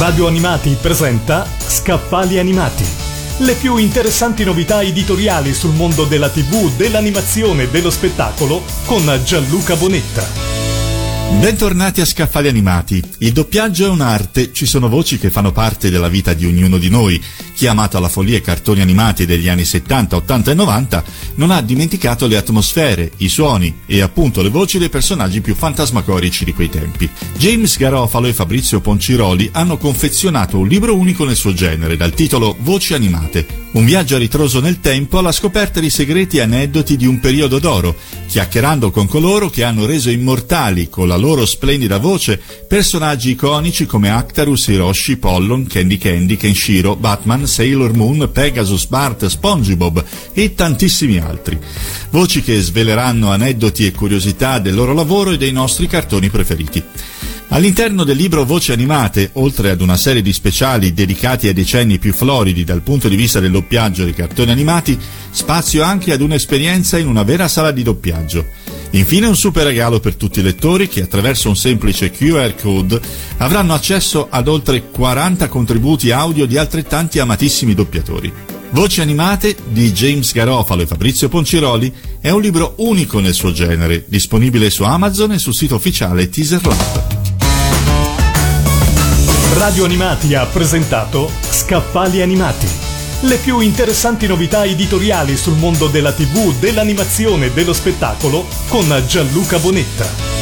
Radio Animati presenta Scaffali Animati. Le più interessanti novità editoriali sul mondo della TV, dell'animazione e dello spettacolo con Gianluca Bonetta. Bentornati a Scaffali Animati. Il doppiaggio è un'arte, ci sono voci che fanno parte della vita di ognuno di noi. Chi ha amato alla follia i cartoni animati degli anni 70, 80 e 90 non ha dimenticato le atmosfere, i suoni e appunto le voci dei personaggi più fantasmagorici di quei tempi. James Garofalo e Fabrizio Ponciroli hanno confezionato un libro unico nel suo genere dal titolo Voci Animate, un viaggio a ritroso nel tempo alla scoperta di segreti e aneddoti di un periodo d'oro, chiacchierando con coloro che hanno reso immortali con la loro splendida voce personaggi iconici come Actarus, Hiroshi, Pollon, Candy Candy, Kenshiro, Batman, Sailor Moon, Pegasus, Bart, SpongeBob e tantissimi altri. Voci che sveleranno aneddoti e curiosità del loro lavoro e dei nostri cartoni preferiti. All'interno del libro Voci Animate, oltre ad una serie di speciali dedicati ai decenni più floridi dal punto di vista del doppiaggio dei cartoni animati, spazio anche ad un'esperienza in una vera sala di doppiaggio. Infine un super regalo per tutti i lettori che attraverso un semplice QR code avranno accesso ad oltre 40 contributi audio di altrettanti amatissimi doppiatori. Voci Animate di James Garofalo e Fabrizio Ponciroli è un libro unico nel suo genere, disponibile su Amazon e sul sito ufficiale Teaser Lab. Radio Animati ha presentato Scaffali Animati. Le più interessanti novità editoriali sul mondo della TV, dell'animazione e dello spettacolo con Gianluca Bonetta.